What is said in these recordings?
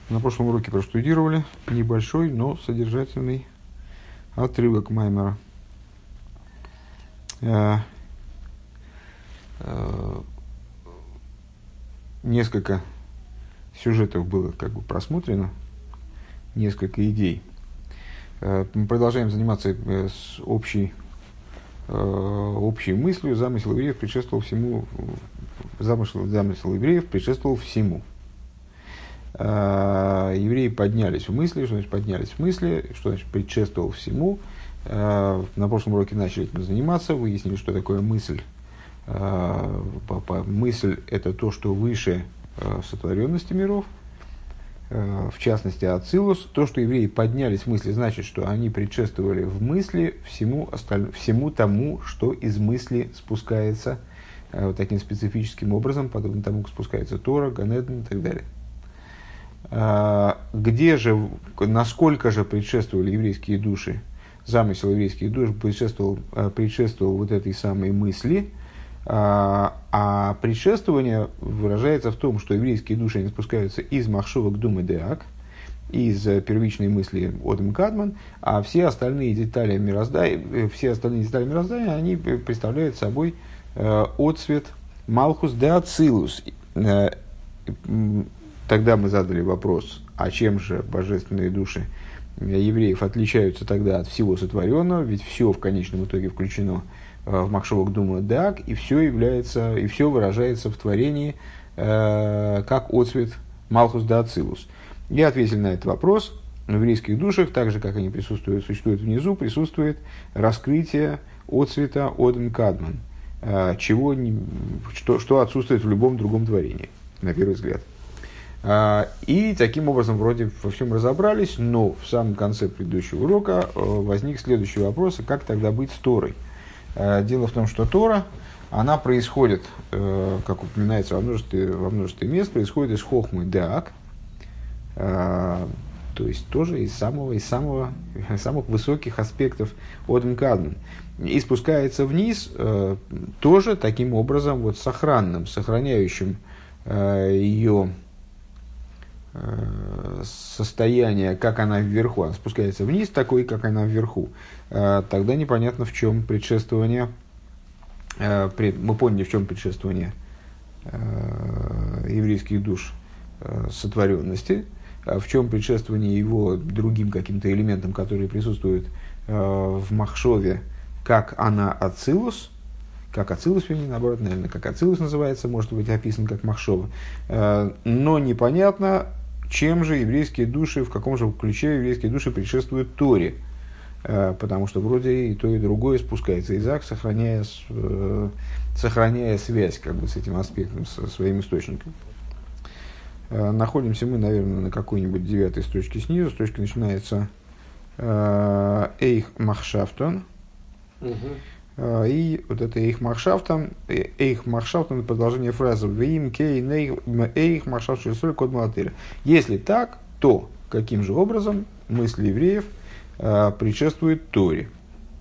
На прошлом уроке проштудировали небольшой, но содержательный отрывок Маймера. Несколько сюжетов было просмотрено, несколько идей. Мы продолжаем заниматься с общей мыслью. Замысел евреев предшествовал всему. Замысел евреев предшествовал всему. Евреи поднялись в мысли. Что значит поднялись в мысли? Что значит предшествовал всему? На прошлом уроке начали этим заниматься, выяснили, что такое мысль. Мысль – это то, что выше сотворенности миров, в частности ацилус. То, что евреи поднялись в мысли, значит, что они предшествовали в мысли всему тому, что из мысли спускается таким специфическим образом, подобно тому, как спускается Тора, Gan Эден и так далее. Насколько же предшествовали еврейские души, замысел еврейских душ предшествовал вот этой самой мысли, а предшествование выражается в том, что еврейские души они спускаются из махшова Кдума Деак, из первичной мысли Одем Кадман, а все остальные детали мироздания они представляют собой отцвет Малхус де Ацилус. Тогда мы задали вопрос, а чем же божественные души евреев отличаются тогда от всего сотворенного, ведь все в конечном итоге включено в махшова Кдума Деак, и все выражается в творении как отцвет Малхус де Ацилус. И ответили на этот вопрос: в еврейских душах, так же как они существуют внизу, присутствует раскрытие отцвета Одем Кадман, что отсутствует в любом другом творении, на первый взгляд. И таким образом вроде во всем разобрались, но в самом конце предыдущего урока возник следующий вопрос: как тогда быть с Торой? Дело в том, что Тора, она происходит, как упоминается во множестве мест, происходит из хохмы Деак, то есть тоже из самых высоких аспектов Одем Кадман, и спускается вниз тоже таким образом сохраняющим ее состояние, как она вверху. Она спускается вниз такой, как она вверху. Тогда непонятно, в чем предшествование. Мы поняли, в чем предшествование еврейских душ сотворенности, в чем предшествование его другим каким-то элементам, которые присутствуют в махшове, как она ацилус. Как ацилус, наоборот, наверное, как ацилус называется, может быть описан как махшова. Но непонятно, чем же еврейские души, в каком же ключе еврейские души предшествуют Торе. Потому что вроде и то, и другое спускается из ак, сохраняя связь с этим аспектом, со своим источником. Находимся мы, наверное, на какой-нибудь 9 строчке снизу. Строчка начинается «Эйх махшафтон». И вот это «эйх махшафтон» продолжение фразы «Вим кей эйх махшафт шельсоль код малатыра». Если так, то каким же образом мысли евреев предшествует Торе?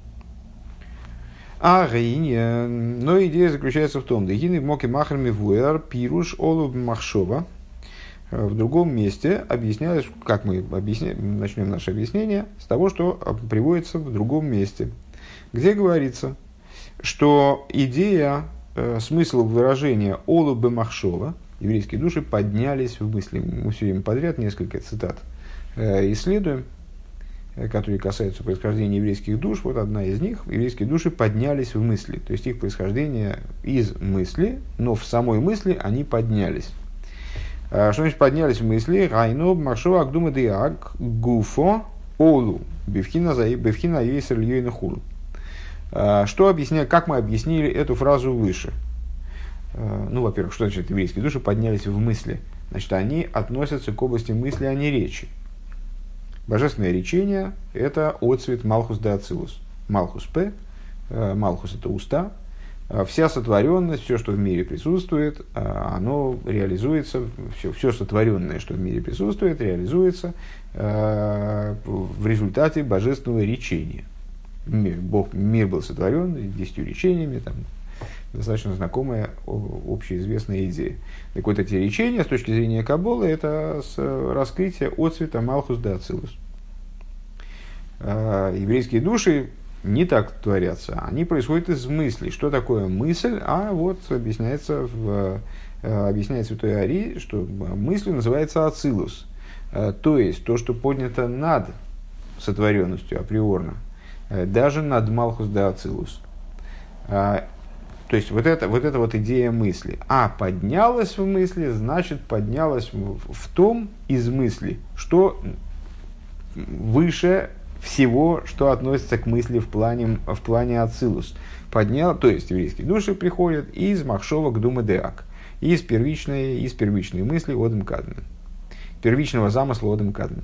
Но идея заключается в том, что «Дегины моки махрами вуэр пируш олу махшова». В другом месте объяснялось, как мы начнем наше объяснение с того, что приводится в другом месте, где говорится, что идея, смысл выражения «олу бе махшова», еврейские души поднялись в мысли. Мы все время подряд несколько цитат исследуем, которые касаются происхождения еврейских душ. Вот одна из них: еврейские души поднялись в мысли, то есть их происхождение из мысли, но в самой мысли они поднялись. Что значит поднялись в мысли? Гайно махшова агдума деак гуфо олу бевхина ейсер льёйна хулу. Что объясняет, как мы объяснили эту фразу выше? Во-первых, что значит еврейские души поднялись в мысли? Значит, они относятся к области мысли, а не речи. Божественное речение – это отцвет Малхус де Ацилус. Малхус П, Малхус – это уста. Вся сотворенность, все, что в мире присутствует, оно реализуется, все сотворенное, что в мире присутствует, реализуется в результате божественного речения. Мир был сотворен 10 речениями, достаточно знакомая, общеизвестная идея. Так вот, эти речения, с точки зрения Каббалы, это раскрытие отцвета Малхус де Ацилус. Еврейские души не так творятся, они происходят из мысли. Что такое мысль? А вот объясняет святой Ари, что мысль называется ацилус, то есть то, что поднято над сотворенностью априорно, даже над Малхус де Ацилус. То есть вот эта идея мысли. А поднялась в мысли, значит поднялась в том из мысли, что выше всего, что относится к мысли в плане ацилус. То есть еврейские души приходят из махшова к дума деак, из первичной мысли одем кадмен, первичного замысла одем кадмен.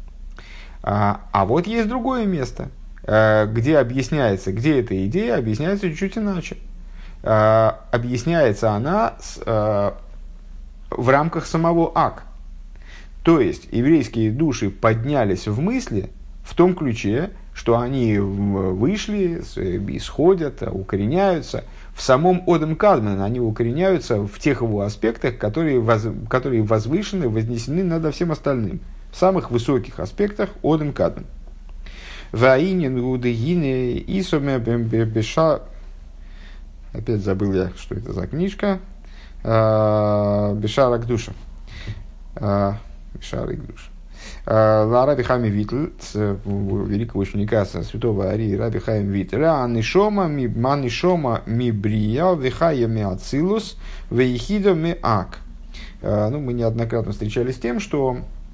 А вот есть другое место, где эта идея объясняется чуть-чуть иначе. Объясняется она в рамках самого ак. То есть еврейские души поднялись в мысли в том ключе, что они вышли, исходят, укореняются в самом Одем Кадмен, они укореняются в тех его аспектах, которые возвышены, вознесены над всем остальным, в самых высоких аспектах Одем Кадмен. Опять забыл я, что это за книжка. Бешарак душа. Бешарак душа. Раби Хаим Витль, великого ученика святого Ари, Раби Хаим Витль, «Анишома ми брия, вихая ми ацилус, вейхидо ми ак». Мы неоднократно встречались с тем, что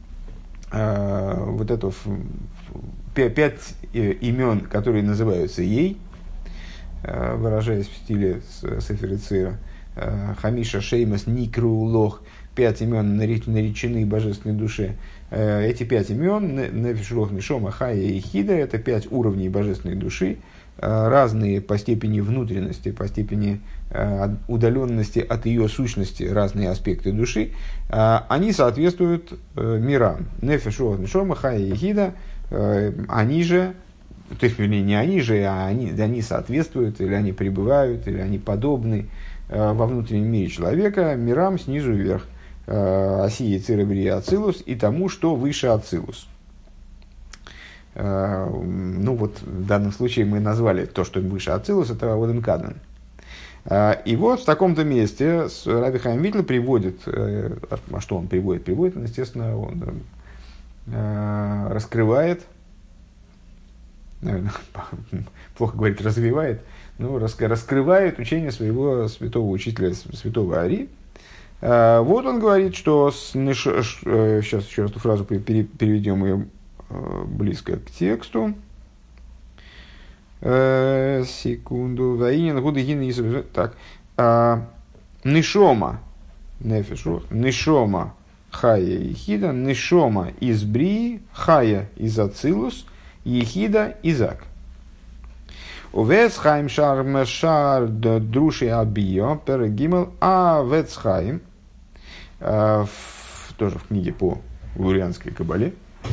вот это 5 имен, которые называются ей, выражаясь в стиле Сефер Ицира, Хамиша Шеймас Никру Лох, 5 имен наречены божественной душе. Эти 5 имен, Нефеш Рох Нишома Хая и Хида, это 5 уровней божественной души, разные по степени внутренности, по степени удаленности от ее сущности, разные аспекты души, они соответствуют мирам. Нефеш Рох Нишома Хая и Хида, они же, то есть, вернее, не они же, а они соответствуют, или они пребывают, или они подобны во внутреннем мире человека мирам снизу вверх. Оси Церебрия Ацилус и тому, что выше Ацилус. В данном случае мы назвали то, что выше Ацилус, это Одем Кадмен. И вот в таком-то месте Раби Хаим Витль приводит, что он приводит? Приводит, естественно, он раскрывает, наверное, плохо говорить, развивает, раскрывает учение своего святого учителя, святого Ари. Вот он говорит, что сейчас еще эту фразу переведем ее близко к тексту. Секунду. Так. Нишома. Нефешу. Нишома. Хая Ехида. Нишома из Брии. Хая из Ацилус. Ехида изак. Вецхайм шар друши абио перегимел вецхайм, тоже в книге по лурианской кабале,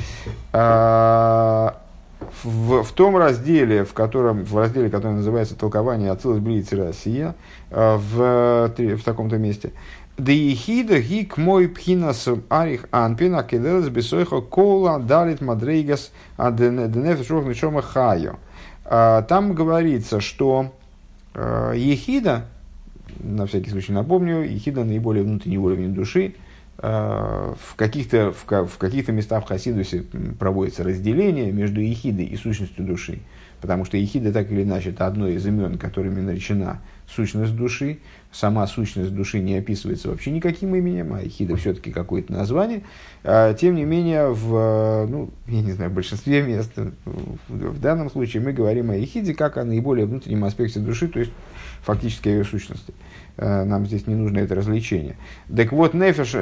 в том разделе, который называется «Толкование Ацилус Брии Россия», в таком-то месте, «Деихида гик мой пхинас арих анпин акеделес бесойхо кола далит мадрейгас аденеф шох нишома хайо». Там говорится, что ехида, на всякий случай напомню, ехида наиболее внутренний уровень души. В каких-то местах в Хасидусе проводится разделение между ехидой и сущностью души, потому что ехида, так или иначе, это одно из имен, которыми наречена сущность души. Сама сущность души не описывается вообще никаким именем, а ехида все-таки какое-то название. Тем не менее, в большинстве мест, в данном случае мы говорим о ехиде как о наиболее внутреннем аспекте души, то есть фактически о ее сущности. Нам здесь не нужно это развлечение. Так вот,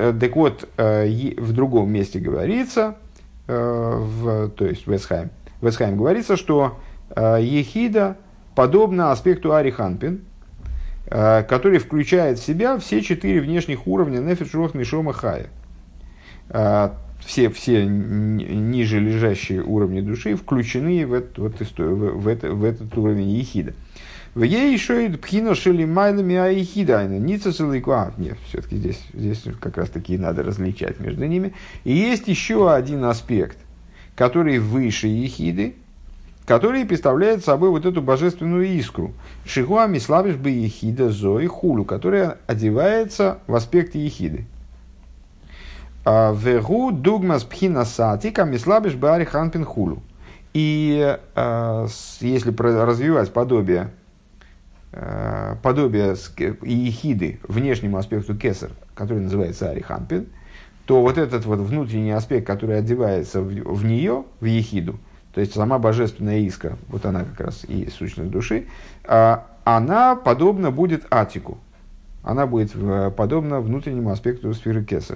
в другом месте говорится, то есть Вецхайм говорится, что ехида подобна аспекту Ариханпин, который включает в себя все 4 внешних уровня Нефеш Рох Нишома Хая. Все ниже лежащие уровни души включены в этот уровень ехида. В ей еще и пхина шили майлами аихидайна. Ница целикуа. Нет, все-таки здесь как раз таки надо различать между ними. И есть еще один аспект, который выше ехиды, который представляет собой вот эту божественную искру. Шигуа мислабиш бы ехида зои хулу, которая одевается в аспекте ехиды. Вегу дугмас пхина сатика мислабиш бы ариханпин хулу. И если развивать подобие ехиды внешнему аспекту кесар, который называется ариханпин, то вот этот вот внутренний аспект, который одевается в нее, в ехиду, то есть сама божественная искра, вот она как раз и сущность души, она подобна будет атику. Она будет подобна внутреннему аспекту сферы кесар.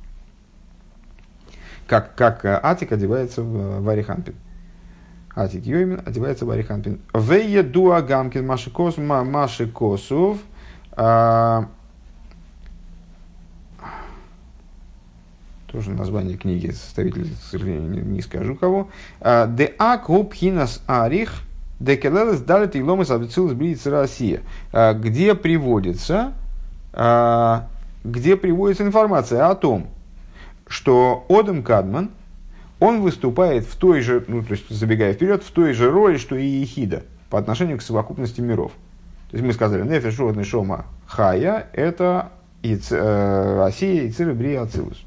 Как атик одевается в ариханпин. Атик йоймин одевается в ариханпин. Вее дуа гамкин маши косов. Тоже название книги, составитель, к сожалению, не скажу кого. Де акуб хинас арих, де келелес далит и ломас абдицилус блиц Россия. Где приводится информация о том, что Одам Кадман, он выступает в той же, ну, то есть, забегая вперед, в той же роли, что и Ехида, по отношению к совокупности миров. То есть, мы сказали, Нефеш Род Нешома Хая, это Асия, Ицир, Брия, Ацилус.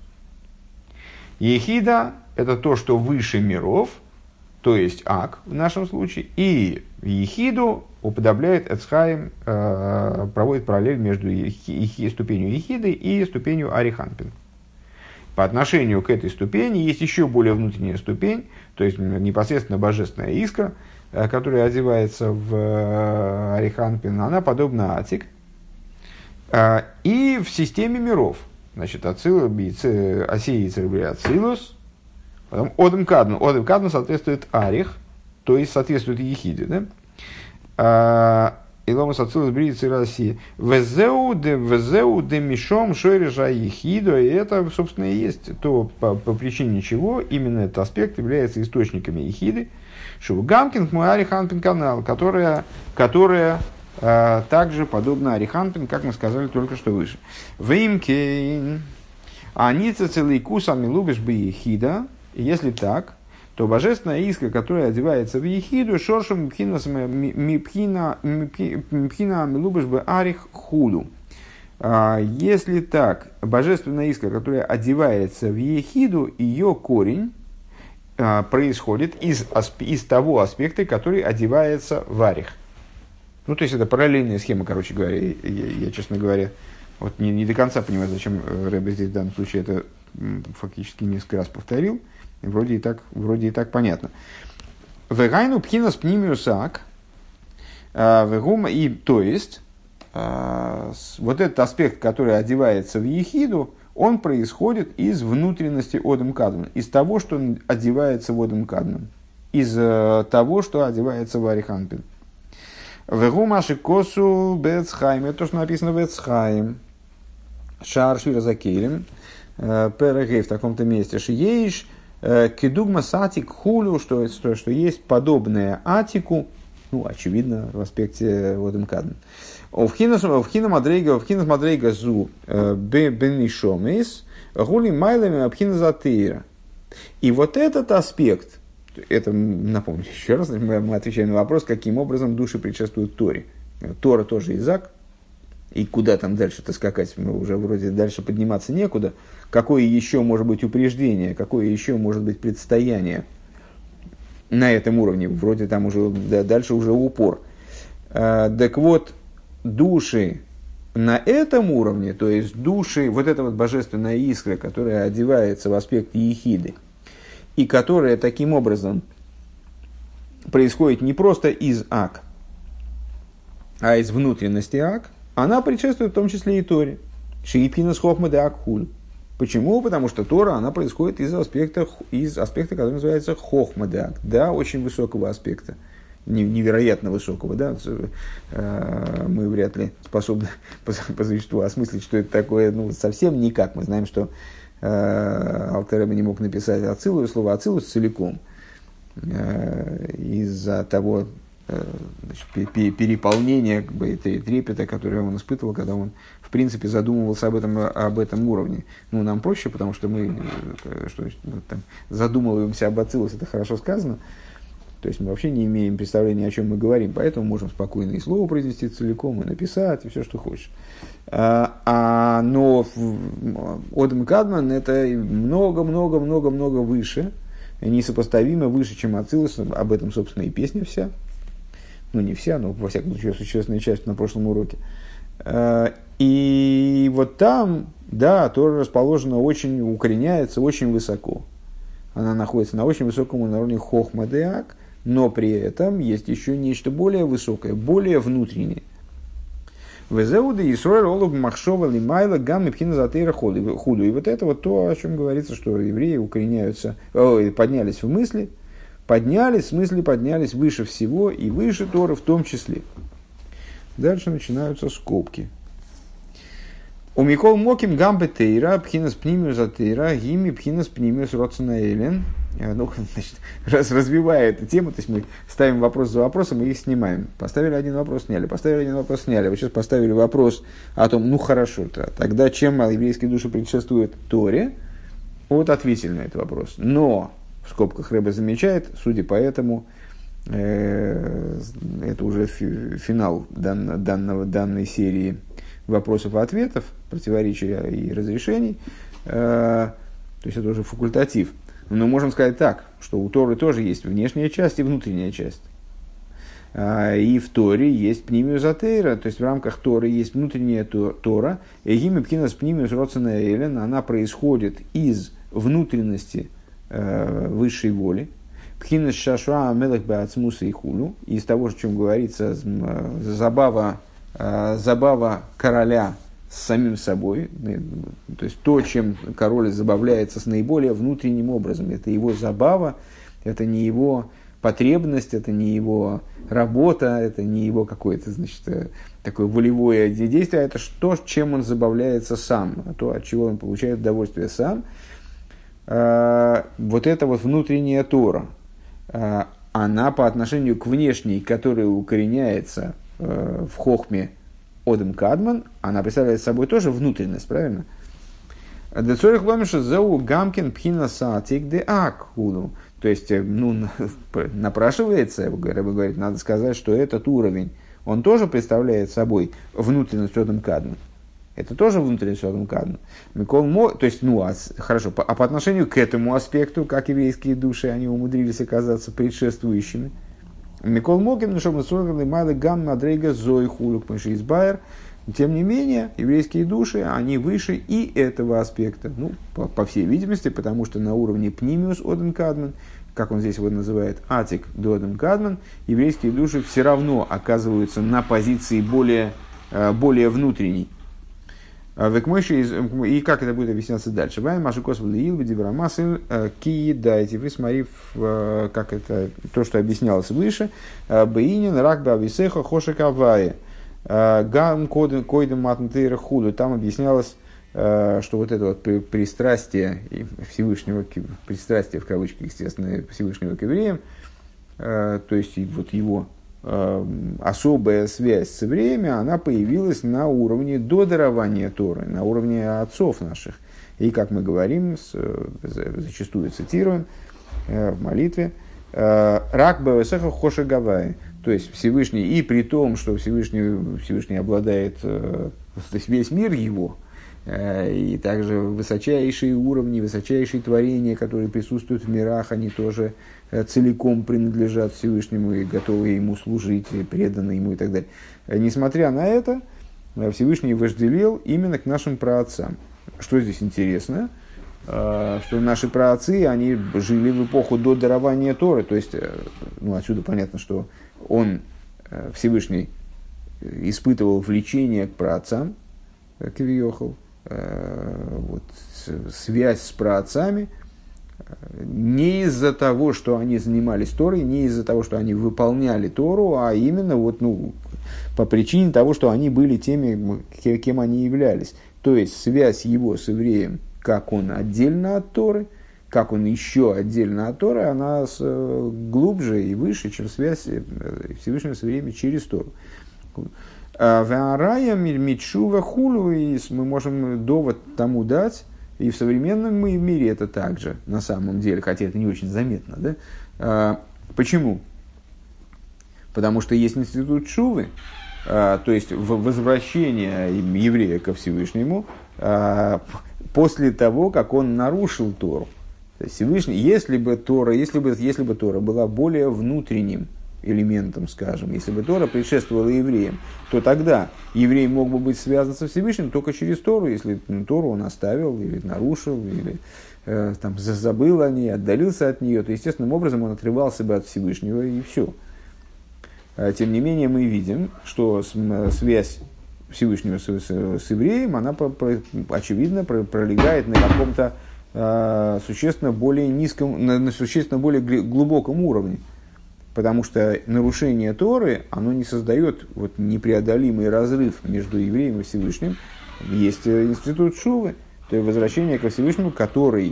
Ехида – это то, что выше миров, то есть Ак в нашем случае, и Ехиду уподобляет Эцхаим, проводит параллель между ступенью Ехиды и ступенью Ариханпин. По отношению к этой ступени есть еще более внутренняя ступень, то есть непосредственно божественная искра, которая одевается в Ариханпин, она подобна Атик. И в системе миров, значит, Асия и Цербри Ацилус, потом Одам Кадну. Одам Кадну соответствует Арих, то есть соответствует Ехиде, да? Иломас Ацилус Бри Цербри Асия. Везеу де мишом шойрежа Ехидо, и это, собственно, и есть то, по причине чего именно этот аспект является источниками Ехиды. Шугамкин мой Ариханпин канал, которая также подобно Ариханпин, как мы сказали только что выше. Вимкейн. Аница целый кусами любишь бы Ехида. Если так, то божественная искра, которая одевается в Ехиду, шоршем мипхина любишь бы Арих худу. Если так, божественная искра, которая одевается в Ехиду, ее корень происходит из того аспекта, который одевается в Арих. Ну, то есть, это параллельная схема, короче говоря. Я, честно говоря, вот не до конца понимаю, зачем Рэбе здесь в данном случае это фактически несколько раз повторил. Вроде и так понятно. Вегайну пхинас пнимиусак. И то есть, вот этот аспект, который одевается в Ехиду, он происходит из внутренности Одам Кадман, из того, что одевается в Одам Кадман, из того, что одевается в Ариханпин. Вегу маши косу бецхайм. Это то, что написано в Эцхайм. Шар швира закелем. Перегей в таком-то месте. Шиеиш кедугма сатик хулю, что есть подобное атику. Ну, очевидно, в аспекте Одам Кадман. Вхинас мадрейга зу бенишомис гули майлами абхина затейра. И вот этот аспект, это, напомню еще раз, мы отвечаем на вопрос, каким образом души предшествуют Торе. Тора тоже Изак, и куда там дальше-то скакать, мы уже вроде дальше подниматься некуда. Какое еще может быть упреждение, какое еще может быть предстояние на этом уровне, вроде там уже, да, дальше уже упор. Так вот, души на этом уровне, то есть души, вот эта вот божественная искра, которая одевается в аспект Ехиды, и которая таким образом происходит не просто из Ак, а из внутренности Ак, она предшествует в том числе и Торе. Шиипхинас хохма де Акхуль. Почему? Потому что Тора, она происходит из аспекта, который называется хохма де Ак, да, очень высокого аспекта, невероятно высокого, да, мы вряд ли способны по существу осмыслить, что это такое, ну, совсем никак. Мы знаем, что Алтер Ребе не мог написать Ацилус, слово Ацилус целиком, из-за того, переполнения, трепета, которое он испытывал, когда он, в принципе, задумывался об этом уровне. Ну, нам проще, потому что мы задумываемся об Ацилус, это хорошо сказано. То есть мы вообще не имеем представления, о чем мы говорим, поэтому можем спокойно и слово произнести целиком, и написать, и все, что хочешь. Но Одем Кадман это много-много-много-много выше, несопоставимо выше, чем Ацилус. Об этом, собственно, и песня вся. Ну, не вся, но, во всяком случае, существенная часть на прошлом уроке. И вот там, да, Тора расположена очень, укореняется очень высоко. Она находится на очень высоком уровне хохма деак, но при этом есть еще нечто более высокое, более внутреннее. Везеуды Исроэль Олуб Махшова Лимайла Гам и Пхина Затейра Худу. И вот это вот то, о чем говорится, что евреи укореняются, поднялись в мысли, поднялись выше всего и выше Торы в том числе. Дальше начинаются скобки. У Микол Моким Гамбе Тейра, Пхинас Пнимиус Затейра, Гими Пхинас Пнимиус Роценаэлен. Ну, значит, развивая эту тему, то есть мы ставим вопрос за вопросом и их снимаем. Поставили один вопрос, сняли, поставили один вопрос, сняли. Вот сейчас поставили вопрос о том, ну хорошо, тогда чем еврейские души предшествуют Торе? Вот ответили на этот вопрос. Но, в скобках Ребе замечает, судя по этому, это уже финал данной серии вопросов и ответов, противоречия и разрешений, то есть это уже факультатив. Но можем сказать так, что у Торы тоже есть внешняя часть и внутренняя часть. И в Торе есть пнимиус атеира, то есть в рамках Торы есть внутренняя Тора, эгими пхинас пнимиус роцена элен, она происходит из внутренности высшей воли, пхинас шашуа мелech беацмуса и хулю, из того, о чем говорится, забава короля с самим собой, то есть то, чем король забавляется с наиболее внутренним образом. Это его забава, это не его потребность, это не его работа, это не его какое-то, значит, такое волевое действие, это то, чем он забавляется сам, то, от чего он получает удовольствие сам. Вот это вот внутренняя Тора, она по отношению к внешней, которая укореняется в хохме Одем Кадман, она представляет собой тоже внутренность, правильно? Децорих ломиша зеу гамкин пхина саатик де акхуду. То есть, напрашивается, говорит, надо сказать, что этот уровень, он тоже представляет собой внутренность Одем Кадман. Это тоже внутренность Одем Кадман. То есть, хорошо, а по отношению к этому аспекту, как еврейские души, они умудрились оказаться предшествующими. Микол Моким, нашел сорванный майлы гам мадрейга зой хулюк избайер. Тем не менее, еврейские души, они выше и этого аспекта. Ну, по всей видимости, потому что на уровне пнимиус Одем Кадман, как он здесь его называет, атик до Одем Кадман, еврейские души все равно оказываются на позиции более внутренней. И как это будет объясняться дальше? Вайн Маши Косвали Илби Дибрамасы Ки дайте. Вы смотри, как это то, что объяснялось выше. Бейнин Ракба Висеха Хошекавае. Гам Койдем Матнтейра Худу. Там объяснялось, что вот это вот пристрастие Всевышнего, пристрастие в кавычках, естественно, Всевышнего к евреям, то есть вот его особая связь с евреями, она появилась на уровне до дарования Торы, на уровне отцов наших. И, как мы говорим, зачастую цитируем в молитве, «Рак бэвэсэха хоши гавай», то есть Всевышний, и при том, что Всевышний обладает, то есть весь мир его, и также высочайшие уровни, высочайшие творения, которые присутствуют в мирах, они тоже целиком принадлежат Всевышнему и готовы ему служить, и преданы ему и так далее. Несмотря на это, Всевышний вожделел именно к нашим праотцам. Что здесь интересно? Что наши праотцы, они жили в эпоху до дарования Торы, то есть, отсюда понятно, что он, Всевышний, испытывал влечение к праотцам, к Виохал, связь с праотцами, не из-за того, что они занимались Торой, не из-за того, что они выполняли Тору, а именно по причине того, что они были теми, кем они являлись. То есть связь его с евреем, как он отдельно от Торы, как он еще отдельно от Торы, она глубже и выше, чем связь Всевышнего с евреями через Тору. Ваарая митшува хулу, и мы можем довод тому дать, и в современном мире это также, на самом деле, хотя это не очень заметно. Да? Почему? Потому что есть институт шувы, то есть возвращение еврея ко Всевышнему после того, как он нарушил Тору. То есть Всевышний, если бы Тора была более внутренним элементом, скажем, если бы Тора предшествовала евреям, то тогда еврей мог бы быть связан со Всевышним только через Тору, если Тору он оставил, или нарушил, или забыл о ней, отдалился от нее, то естественным образом он отрывался бы от Всевышнего, и все. Тем не менее, мы видим, что связь Всевышнего с евреем, она, очевидно, пролегает на каком-то существенно более низком, на существенно более глубоком уровне. Потому что нарушение Торы, оно не создает непреодолимый разрыв между евреем и Всевышним. Есть институт шувы, то есть возвращение ко Всевышнему, который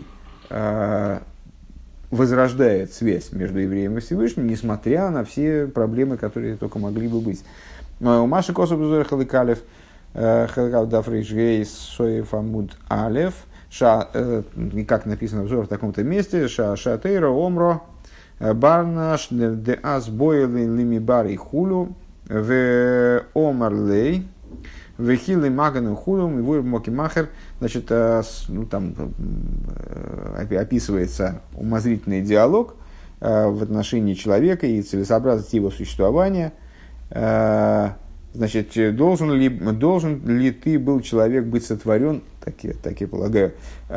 возрождает связь между евреем и Всевышним, несмотря на все проблемы, которые только могли бы быть. У Маши Косов Халикалев, Халикалев Дафриш Гейс Соев Амуд Алев, как написано в в таком-то месте, Шатейра Омро, Барнаш де Аз Бойлин Лимибари Хулу, в Омарлей, в Хилли Магану Хулу, и в Мокимахер. Значит, там описывается умозрительный диалог в отношении человека и целесообразность его существования. Значит, должен ли ты был человек быть сотворен, так я полагаю,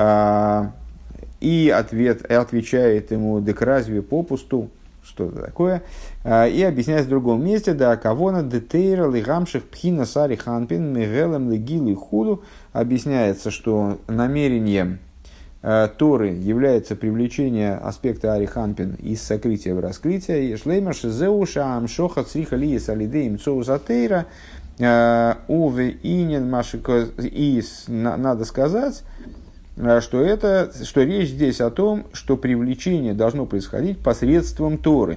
и отвечает ему: дек разве попусту, что-то такое, и объясняет в другом месте: да кавона детейра лигамших пхина сари ханпин мегелем легилы худу. Объясняется, что намерением Торы является привлечение аспекта ариханпин из сокрытия в раскрытие. И шлеймер шизеуша амшоха цриха лиес алидеем цоузатейра уве инен машико. И надо сказать, что речь здесь о том, что привлечение должно происходить посредством Торы.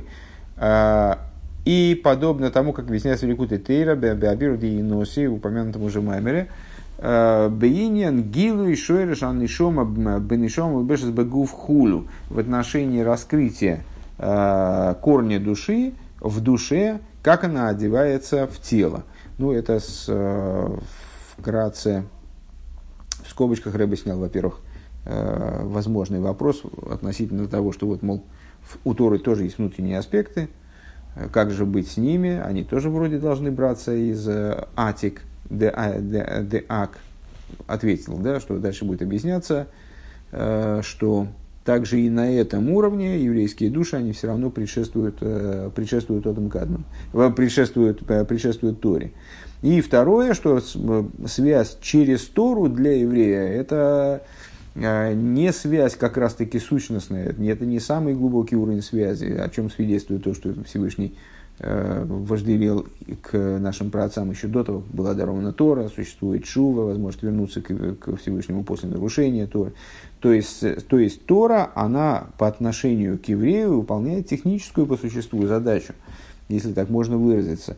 И подобно тому, как объясняется в Ликуте Тейра, Беабиру ди Иноси, упомянутом уже Маймере, Бейиньян гилу и шойреш аннишома бенишома бешес бегув хулу, в отношении раскрытия корня души в душе, как она одевается в тело. Ну, это вкратце в скобочках Рэбе снял, во-первых, возможный вопрос относительно того, что мол, у Торы тоже есть внутренние аспекты, как же быть с ними, они тоже вроде должны браться из атик, деак, ответил, да, что дальше будет объясняться, что также и на этом уровне еврейские души, они все равно предшествуют Одам Кадмон, предшествуют Торе. И второе, что связь через Тору для еврея, это не связь как раз-таки сущностная, это не самый глубокий уровень связи, о чем свидетельствует то, что Всевышний вожделел к нашим праотцам еще до того, была дарована Тора, существует шува, возможность вернуться к Всевышнему после нарушения Торы. То есть Тора, она по отношению к еврею выполняет техническую по существу задачу, если так можно выразиться,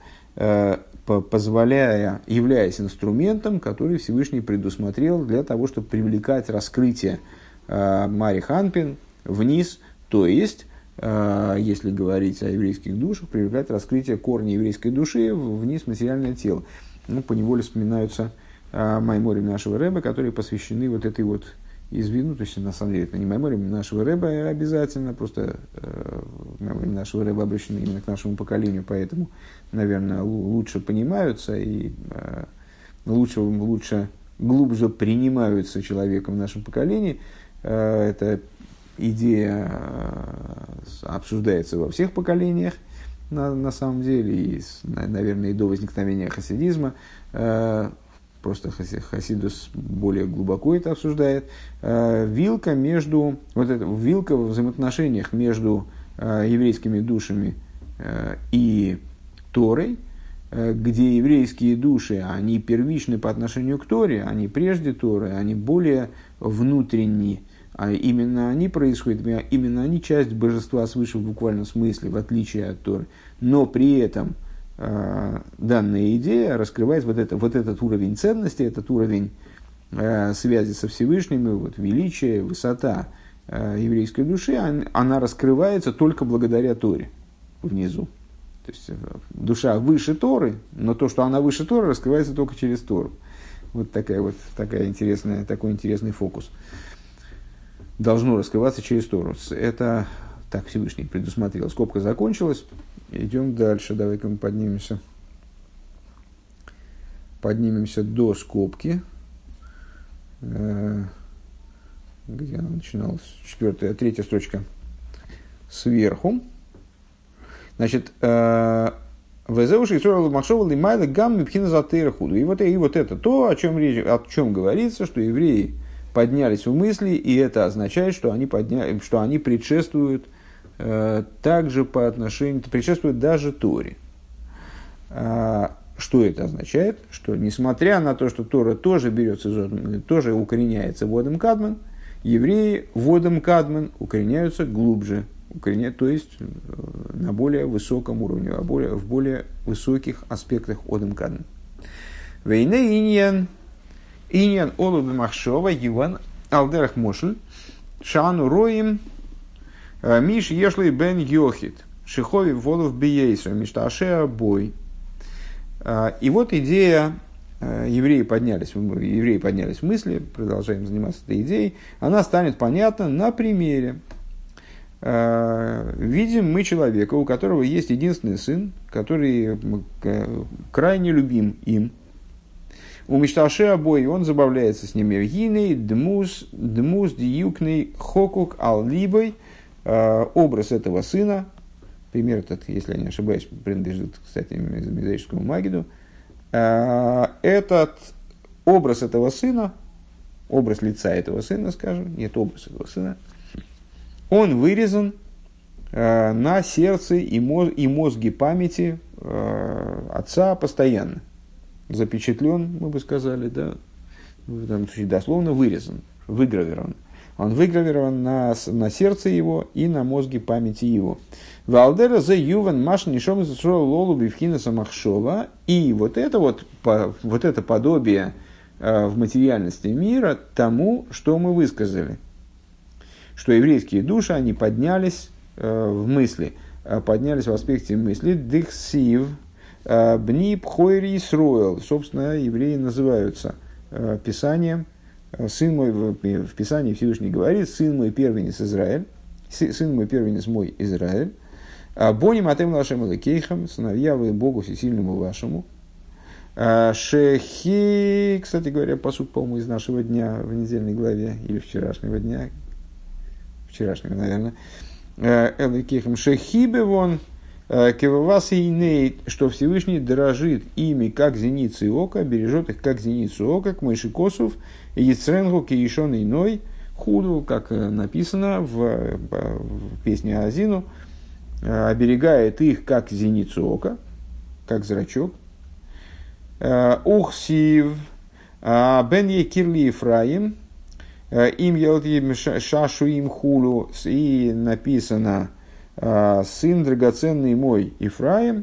являясь инструментом, который Всевышний предусмотрел для того, чтобы привлекать раскрытие Мари Ханпин вниз, то есть, если говорить о еврейских душах, привлекать раскрытие корня еврейской души вниз в материальное тело. Ну, поневоле вспоминаются майморим нашего Рэба, которые посвящены этой извину, то есть, на самом деле, это не майморим нашего Рэба обязательно, просто майморим нашего Рэба обращены именно к нашему поколению, поэтому, наверное, лучше понимаются и глубже принимаются человеком в нашем поколении. Эта идея обсуждается во всех поколениях, на самом деле, и, наверное, и до возникновения хасидизма. Просто Хасидус более глубоко это обсуждает. Вилка в взаимоотношениях между еврейскими душами и Торой, где еврейские души, они первичны по отношению к Торе, они прежде Торы, они более внутренни, а именно они происходят, именно они часть божества свыше в буквальном смысле, в отличие от Торы. Но при этом данная идея раскрывает вот этот уровень ценности, этот уровень связи со Всевышним, вот, величие, высота еврейской души, она раскрывается только благодаря Торе внизу. То есть душа выше Торы, но то, что она выше Торы, раскрывается только через Тору. Вот такой интересный фокус. Должно раскрываться через Тору. Это так Всевышний предусмотрел. Скобка закончилась. Идем дальше. Давай-ка мы поднимемся. Поднимемся до скобки. Где она начиналась? Третья строчка сверху. Значит, «Везеуши Исроэл Махшова лимайла гам мипхина затейра худу». И вот это то, о чем говорится, что евреи поднялись в мысли, и это означает, что они предшествуют также по отношению, предшествуют даже Торе. Что это означает? Что несмотря на то, что Тора тоже тоже укореняется водом кадман, евреи водом кадман укореняются глубже, то есть на более высоком уровне, в более высоких аспектах одем кадман. Вейне иньян олубе махшова юан алдерах мошль шану роим миш ешлый бен йохит шихови волов биейсу мишташеа бой. И вот идея, евреи поднялись в мысли, продолжаем заниматься этой идеей, она станет понятна на примере. Видим мы человека, у которого есть единственный сын, который крайне любим им. У Мишташе обои он забавляется с ними. Гиней дмус диюкный хокук ал-либой. Образ этого сына, пример этот, если я не ошибаюсь, принадлежит, кстати, мезоическому Магиду. Этот образ этого сына, образ лица этого сына, скажем, нет, образ этого сына, он вырезан на сердце и мозге памяти отца постоянно. Запечатлен, мы бы сказали, да, в данном случае дословно вырезан, выгравирован. Он выгравирован на сердце его и на мозге памяти его. Валдера за юван маш нишом застроил лолу бивхина самахшова. И вот это подобие в материальности мира тому, что мы высказали. Что еврейские души, они поднялись в мысли, поднялись в аспекте мысли. Дихсив бни пхойри сроил. Собственно, евреи называются Писанием. Сын мой, в Писании Всевышний говорит: сын мой первенец Израиль, сын мой первенец мой Израиль. Боним атем лашем элекейхам, сыновья вы Богу всесильному вашему. Шехи, кстати говоря, посуд, по-моему, из нашего дня в недельной главе, или вчерашнего, наверное. Элекейхам шехибе вон, кевавас и иней, что Всевышний дорожит ими, как зеницы ока, бережет их, как зеницу ока, к Мойшикосов, Яцренгу киишон иной худу, как написано в песне Азину, оберегает их, как зеницу ока, как зрачок. Ухсив бен екирли Ефраим, им елтим шашу им хулу, и написано: сын драгоценный мой Ефраим,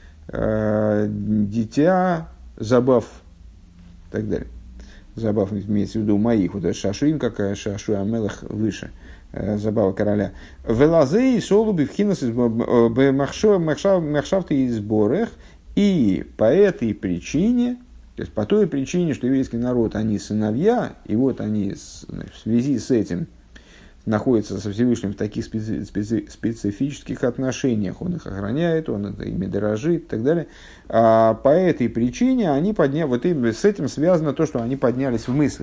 дитя забав, и так далее. Забав имеется в виду моих, вот шашуим, как шашу амелах выше, забава короля. Велазей солуби вхинас махшавты и сборах. И по этой причине, то есть по той причине, что еврейский народ, они сыновья, и вот они в связи с этим находятся со Всевышним в таких специфических отношениях. Он их охраняет, он ими дорожит и так далее. А по этой причине они с этим связано то, что они поднялись в мысли.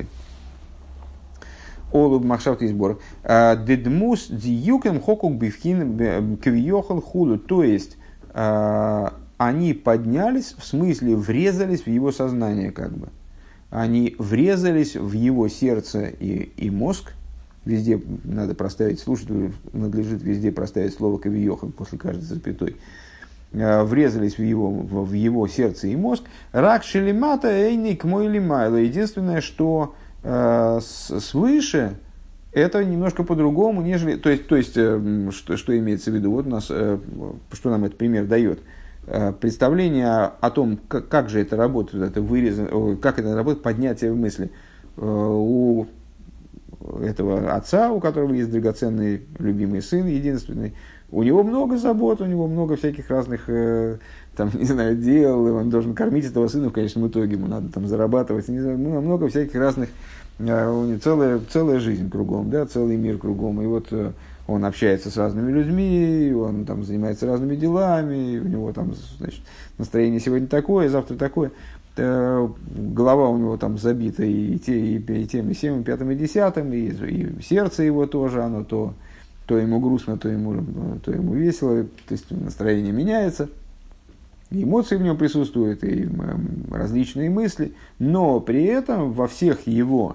Олуб махшавт и сбор. Дедмус диюкем хокук бифхин квиохал худу. То есть они поднялись, в смысле врезались в его сознание, как бы. Они врезались в его сердце и мозг. Везде надо проставить, слушателю надлежит везде проставить слово «кавиохан» после каждой запятой. Врезались в его сердце и мозг. Рак шелемата эйник мой лимайло. Единственное, что свыше это немножко по-другому, нежели... что имеется в виду? Вот у нас, что нам этот пример дает. Представление о том, как же это работает, как это работает, поднятие в мысли. У этого отца, у которого есть драгоценный любимый сын, единственный, у него много забот, у него много всяких разных там, не знаю, дел, он должен кормить этого сына в конечном итоге, ему надо там зарабатывать, не знаю, много всяких разных, у него целая жизнь кругом, да, целый мир кругом, и вот он общается с разными людьми, он там занимается разными делами, у него там, значит, настроение сегодня такое, завтра такое, голова у него там забита и тем, и сем, и пятым, и десятым, и сердце его тоже, оно то ему грустно, то ему весело, то есть настроение меняется, и эмоции в нем присутствуют, и различные мысли, но при этом во всех его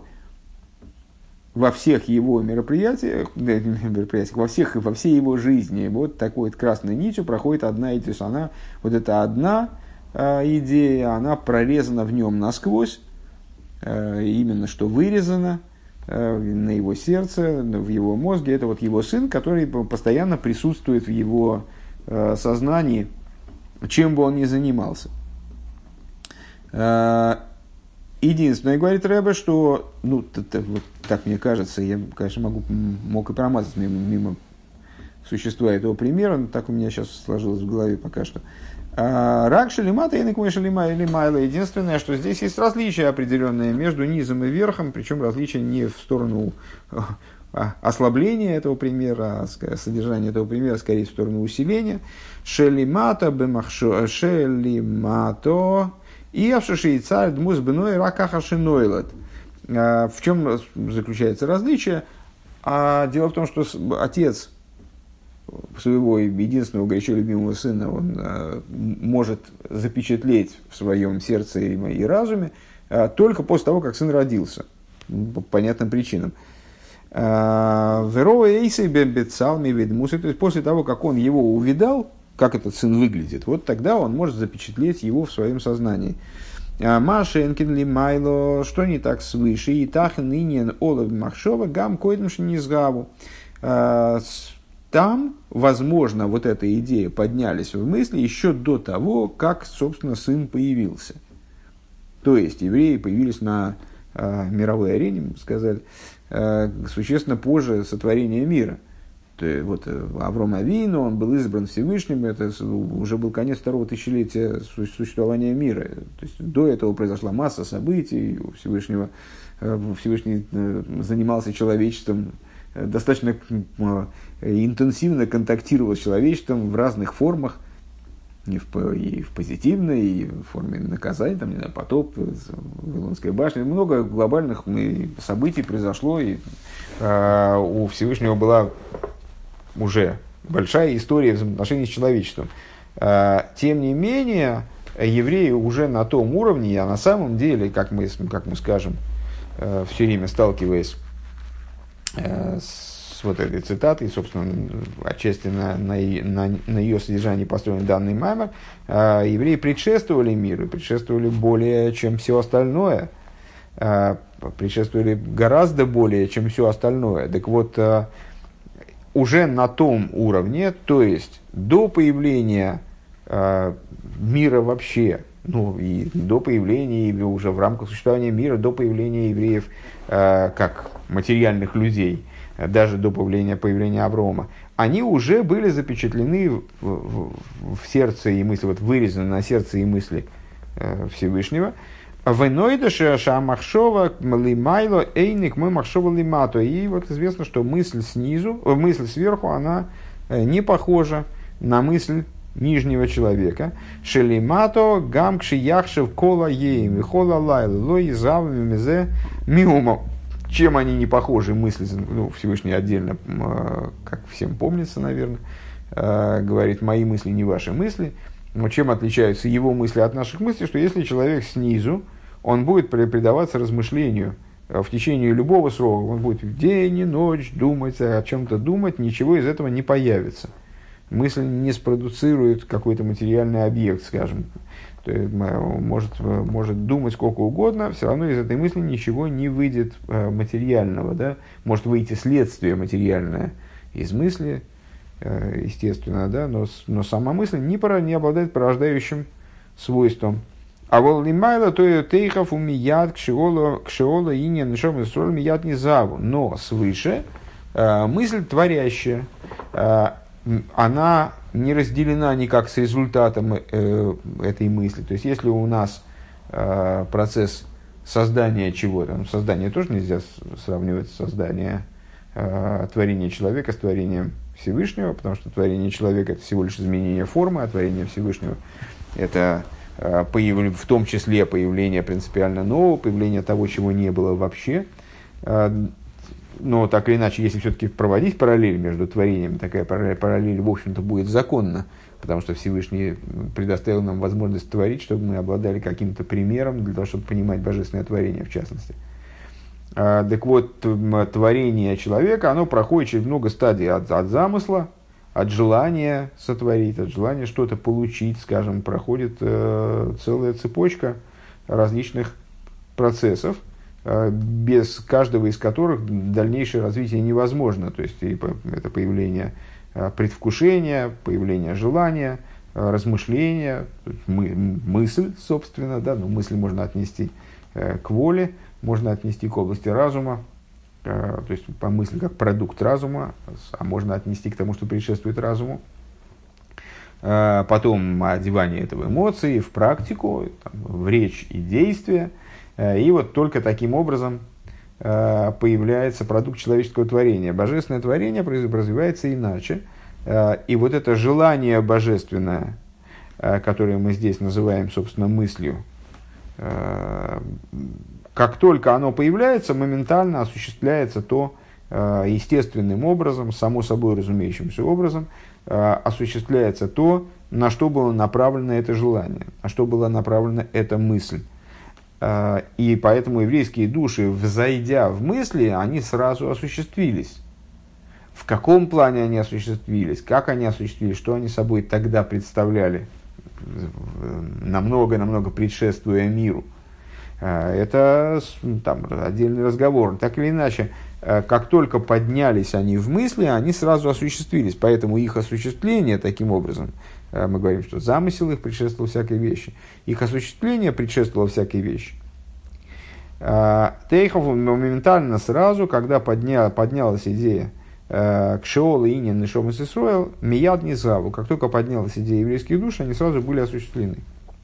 мероприятиях, во всей его жизни, вот такой вот красной нитью проходит одна идея, она, вот эта одна идея, она прорезана в нем насквозь, именно что вырезана на его сердце, в его мозге. Это вот его сын, который постоянно присутствует в его сознании, чем бы он ни занимался. Единственное, говорит Ребе, что, вот так мне кажется, я, конечно, мог и промазать мимо существа этого примера, но так у меня сейчас сложилось в голове пока что. Рак шелимата и накмой шелимайла. Единственное, что здесь есть различие определенное между низом и верхом, причем различие не в сторону ослабления этого примера, а содержания этого примера, скорее в сторону усиления. Шелимата бемахшо шелимато и авшиши царь дмус беной ракаха шинойлат. В чем заключается различие? Дело в том, что отец своего единственного горячо любимого сына он может запечатлеть в своем сердце и разуме только после того, как сын родился, по понятным причинам. То есть после того, как он его увидал, как этот сын выглядит, вот тогда он может запечатлеть его в своем сознании. Машенкин ли майло, что не так свыше, и тахн нинен олов махшова гам койдмши низгаву. Там, возможно, вот эта идея поднялись в мысли еще до того, как, собственно, сын появился. То есть, евреи появились на мировой арене, мы сказали, существенно позже сотворения мира. То есть, вот Авром Авину, он был избран Всевышним, это уже был конец второго тысячелетия существования мира. То есть, до этого произошла масса событий, Всевышний занимался человечеством, достаточно интенсивно контактировал с человечеством в разных формах, и в позитивной, и в форме наказания, там, не знаю, потоп, Вавилонская башня. Много глобальных событий произошло, и у Всевышнего была уже большая история взаимоотношений с человечеством. Тем не менее, евреи уже на том уровне, а на самом деле, как мы скажем, все время сталкиваясь с вот этой цитатой, собственно, отчасти на ее содержании построен данный маймер, евреи предшествовали миру, предшествовали более, чем все остальное, предшествовали гораздо более, чем все остальное. Так вот, уже на том уровне, то есть до появления мира вообще, и до появления, уже в рамках существования мира, до появления евреев как материальных людей, даже до появления Аврома, они уже были запечатлены в сердце и мысли, вот вырезаны на сердце и мысли Всевышнего. Венойдаше шамахшова лимайло эйник мой махшова лимато. И вот известно, что мысль сверху, она не похожа на мысль нижнего человека. Шелимато гамкши яхшев кола еем и хола лайла лой завами мезе миумо. Чем они не похожи, мысли, Всевышний отдельно, как всем помнится, наверное, говорит, мои мысли не ваши мысли. Но чем отличаются его мысли от наших мыслей, что если человек снизу, он будет предаваться размышлению в течение любого срока, он будет день и ночь думать, о чем-то думать, ничего из этого не появится. мысль не спродуцирует какой-то материальный объект, скажем. То есть, может думать сколько угодно, все равно из этой мысли ничего не выйдет материального. Да? Может выйти следствие материальное из мысли, естественно, да? Но сама мысль не обладает порождающим свойством. А воллимайла то и тейхов умият кшиола и не нишом и мият не заву. Но свыше мысль творящая, она не разделена никак с результатом этой мысли. То есть, если у нас процесс создания чего-то, создание тоже нельзя сравнивать с созданием творения человека с творением Всевышнего, потому что творение человека – это всего лишь изменение формы, а творение Всевышнего – это в том числе появление принципиально нового, появление того, чего не было вообще. Но так или иначе, если все-таки проводить параллель между творениями, такая параллель, в общем-то, будет законна, потому что Всевышний предоставил нам возможность творить, чтобы мы обладали каким-то примером, для того, чтобы понимать божественное творение, в частности. Так вот, творение человека, оно проходит через много стадий от замысла, от желания сотворить, от желания что-то получить, скажем, проходит целая цепочка различных процессов, без каждого из которых дальнейшее развитие невозможно. То есть это появление предвкушения, появление желания, размышления, мысль, собственно, да, но мысль можно отнести к воле, можно отнести к области разума, то есть по мысли как продукт разума, а можно отнести к тому, что предшествует разуму. Потом одевание этого эмоций в практику, в речь и действие. И вот только таким образом появляется продукт человеческого творения. Божественное творение развивается иначе. И вот это желание божественное, которое мы здесь называем, собственно, мыслью, как только оно появляется, моментально осуществляется то естественным образом, само собой разумеющимся образом, осуществляется то, на что было направлено это желание, на что была направлена эта мысль. И поэтому еврейские души, взойдя в мысли, они сразу осуществились. В каком плане они осуществились, как они осуществились, что они собой тогда представляли, намного предшествуя миру. Это там отдельный разговор. Так или иначе, как только поднялись они в мысли, они сразу осуществились. Поэтому их осуществление таким образом, мы говорим, что замысел их предшествовал всякой вещи. Их осуществление предшествовало всякой вещи. Тейхов моментально сразу, когда поднялась идея Кшеола, Инин, Нишом и Сисроэл, Мияд Низаву, как только поднялась идея еврейских душ, они сразу были осуществлены.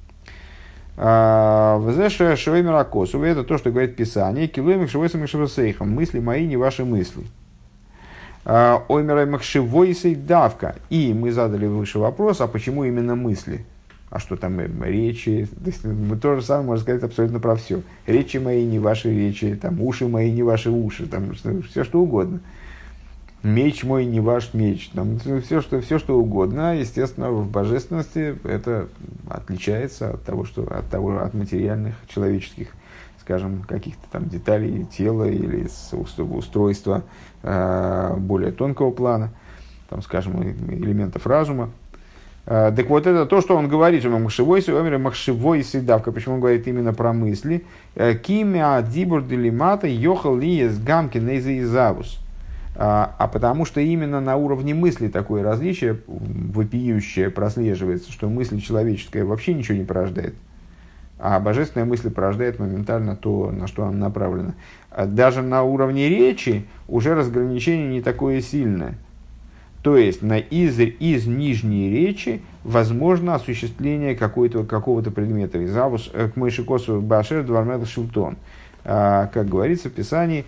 Везеша Швеймер Акосу, это то, что говорит Писание, Килуем Швейсом и Швейсейхом, мысли мои, не ваши мысли. Оймер Макшивойсей давка. И мы задали выше вопрос, а почему именно мысли? А что там речи? То есть, мы то же самое можем сказать абсолютно про все. Речи мои, не ваши речи, там, уши мои, не ваши уши, там, все что угодно. Меч мой, не ваш меч. Там, все что угодно. Естественно, в божественности это отличается от материальных, человеческих, скажем, каких-то там деталей тела или устройства более тонкого плана, там, скажем, элементов разума. Так вот, это то, что он говорит, что махшивойси давка. Почему он говорит именно про мысли? Кимя дибур делимата йохал лиес гамки нейзаизавус. А потому что именно на уровне мысли такое различие вопиющее прослеживается, что мысль человеческая вообще ничего не порождает, а божественная мысль порождает моментально то, на что она направлена. Даже на уровне речи уже разграничение не такое сильное. То есть из нижней речи возможно осуществление какого-то предмета. Изавус к Мойшикосу Башер Двармел Шилтон. Как говорится в Писании,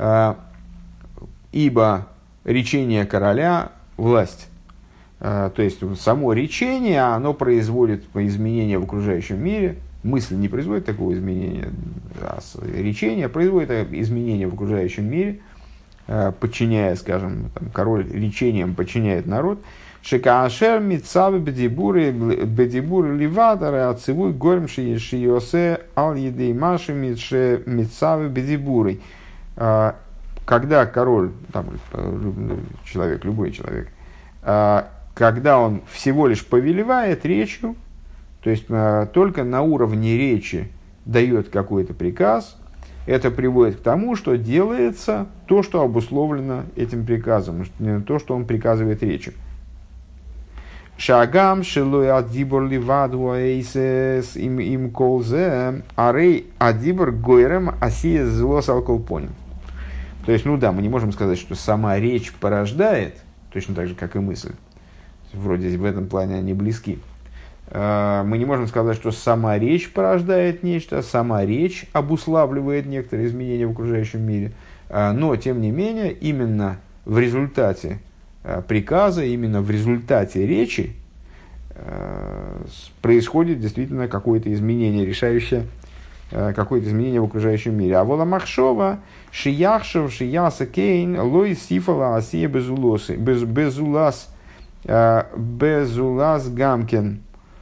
ибо речение короля – власть. То есть, само речение, оно производит изменения в окружающем мире. Мысль не производит такого изменения, а речение производит изменения в окружающем мире, подчиняя, скажем, там, король речением подчиняет народ. Шекаашер митцавы бедибуры ливадары отцевуй горем шиосе ал едей маши митцавы бедибуры. Когда король, там, человек, любой человек, когда он всего лишь повелевает речью, то есть только на уровне речи дает какой-то приказ, это приводит к тому, что делается то, что обусловлено этим приказом, то, что он приказывает речью. Шагам шилой адибор ливаду аэйсэс им колзе арей адибор гойрем асиес злос алколпоним. То есть, ну да, мы не можем сказать, что сама речь порождает, точно так же, как и мысль. Вроде в этом плане они близки. Мы не можем сказать, что сама речь порождает нечто, сама речь обуславливает некоторые изменения в окружающем мире. Но, тем не менее, именно в результате приказа, именно в результате речи происходит действительно какое-то изменение, решающее какое-то изменение в окружающем мире. А вола махшова шияхшев шияса кейн лой сифала асия безулас гамкен.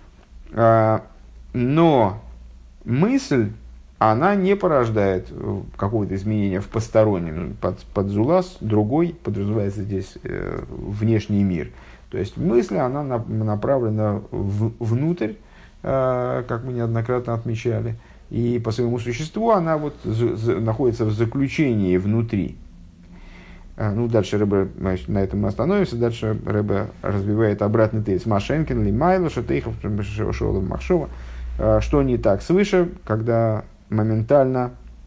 Но мысль, она не порождает какого-то изменения в постороннем. Под зулас другой подразумевается здесь внешний мир. То есть мысль, она направлена внутрь, как мы неоднократно отмечали. И по своему существу она вот находится в заключении внутри. Ну, дальше Ребе, на этом мы остановимся. Дальше Ребе развивает обратный тезис. Машенкин, Лимайло, Шатейхов, Шолом, Махшова. Что не так свыше, когда моментально,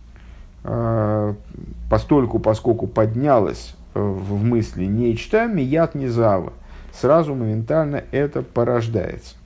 поскольку поднялось в мысли нечто, мият низава, сразу моментально это порождается.